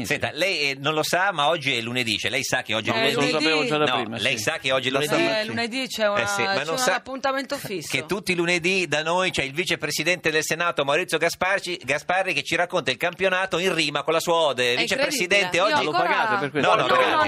Senta, lei non lo sa, ma oggi è lunedì, cioè lei sa che oggi è lunedì. Lo sapevo già da No, prima. lei sì. sa che oggi è lunedì. Lunedì c'è, una, Sì, ma c'è non un sa appuntamento fisso. che tutti i lunedì da noi c'è il vicepresidente del Senato Maurizio Gasparri che ci racconta il campionato in rima con la sua ode. Vicepresidente, incredibile. oggi Io Lo pagate per questo?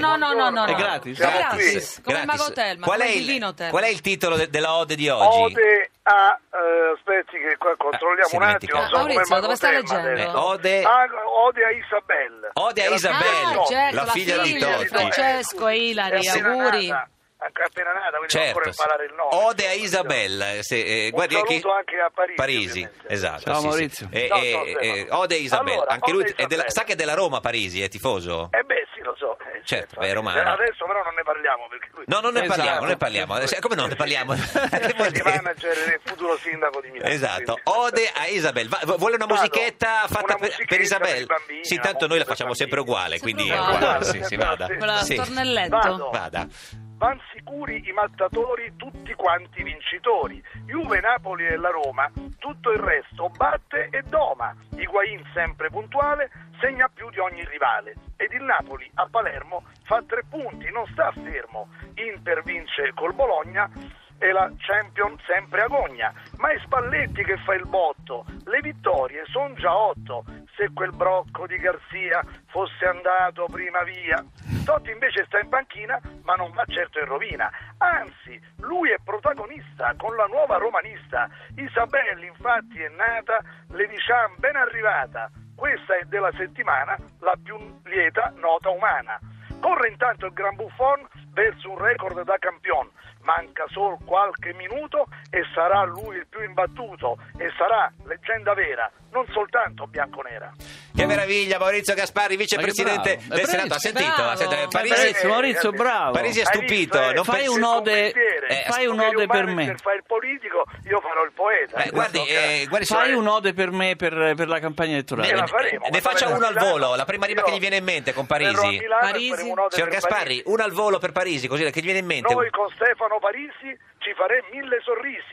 No. È gratis? È gratis, come il Gratis. Magotel, ma Qual come è il Divino Hotel. qual è il titolo della ode di oggi? Ode a aspetti che qua controlliamo si un attimo. dimentica. Maurizio, dove sta leggendo? Ode Ode a Isabella. Ode a Isabella, certo, la figlia di Totti. Francesco e Ilari, È appena auguri. nata, appena nata, quindi devo ancora Certo, imparare il nome. ode a Isabella. Un saluto anche a Parisi, ovviamente. Esatto. Ciao, sì, Maurizio. sì. Ciao, Stefano. Ode a Isabella. Allora, Anche ode lui a Isabella. sa che è della Roma Parisi, è tifoso? Sì, lo so. Certo, è romano. Adesso però non ne parliamo perché lui No, non ne Esatto. parliamo, non ne parliamo. Come non ne parliamo? Che vuol è il dire? manager del futuro sindaco di Milano. Esatto, quindi- ode a Isabella. Vuole una Vado. musichetta fatta Una per musichetta Isabella? per i bambini, Sì, tanto una noi la musica facciamo per sempre bambini. uguale, quindi Sempre è uguale. uguale. Sì, vada. Quella Sì. stornelletto. Vado. Vada. Van sicuri i mattatori, tutti quanti vincitori. Juve, Napoli e la Roma, tutto il resto batte e doma. Higuain sempre puntuale, segna più di ogni rivale. Ed il Napoli a Palermo fa 3 punti, non sta fermo. Inter vince col Bologna e la Champions sempre agogna. Ma è Spalletti che fa il botto, le vittorie sono già 8. Se quel brocco di Garzia fosse andato prima via. Totti invece sta in panchina, ma non va certo in rovina. Anzi, lui è protagonista con la nuova romanista. Isabella infatti è nata, le diciamo ben arrivata. Questa è della settimana la più lieta nota umana. Corre intanto il Gran Buffon verso un record da campione. Manca solo qualche minuto e sarà lui il più imbattuto e sarà leggenda vera, non soltanto bianconera. Che meraviglia, Maurizio Gasparri, vicepresidente Ma che bravo. del Senato. Ha sentito? Bravo. Maurizio, bravo. Parisi è Hai stupito. visto, non Fai pensi- un'ode, fai un'ode per me. Se fai il politico, io farò il poeta. guardi, Fai un'ode per me per la campagna elettorale. la faremo. ne faccia Quando uno al verrò a volo, Milano, la prima rima io che gli viene in mente con verrò a Parisi. Milano e Parisi. faremo un'ode Signor per Gasparri, Parisi. uno al volo per Parisi, così che gli viene in mente. Noi con Stefano Parisi ci faremo 1000 sorrisi.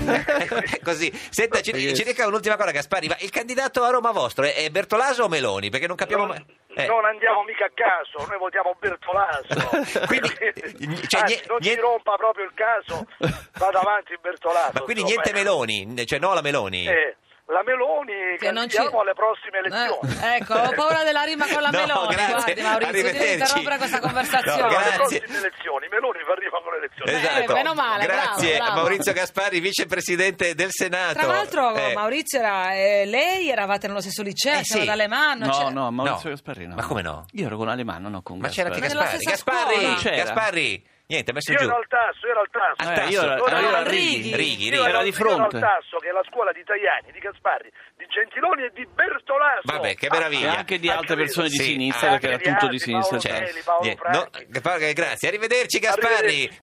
Così. Senta, ci dica un'ultima cosa, Gasparri. Ma il candidato a Roma vostro è Bertolaso o Meloni? Perché non capiamo mai. Non andiamo mica a caso, noi votiamo Bertolaso. Quindi, cioè, Anzi, non ci niente- rompa proprio il caso, vada avanti Bertolaso. Ma quindi insomma. niente Meloni, cioè no alla Meloni. La Meloni Che non candidiamo ci- alle prossime elezioni. Ecco, ho paura della rima con la No, Meloni. grazie. Guardi, Maurizio, devi Arrivederci. interrompere questa No, conversazione. Alle grazie. prossime elezioni, Meloni fa rima con le elezioni. Esatto. meno male, Grazie bravo. Maurizio Gasparri, vicepresidente del Senato. Tra l'altro, Eh, Maurizio, lei eravate nello stesso liceo, sì. c'era d'Alemanno. No, Maurizio No. Gasparri no. Ma come no? Io ero con Alemanno, no con Ma c'era anche Gasparri. Nella Gasparri. stessa Gasparri, scuola. C'era? Gasparri. Niente, ha messo Io giù. ero al tasso. Al tasso. Io ero a Righi. Righi. Io Era ero- di io ero fronte. al tasso, che è la scuola di Tajani, di Gasparri, di Gentiloni e di Bertolaso. Vabbè, che E meraviglia. anche di altre persone di Sì, sinistra, anche perché era di tutto di altri, sinistra. Paolo cioè. Belli, Paolo Niente, Franchi. grazie, arrivederci Gasparri. Arrivederci.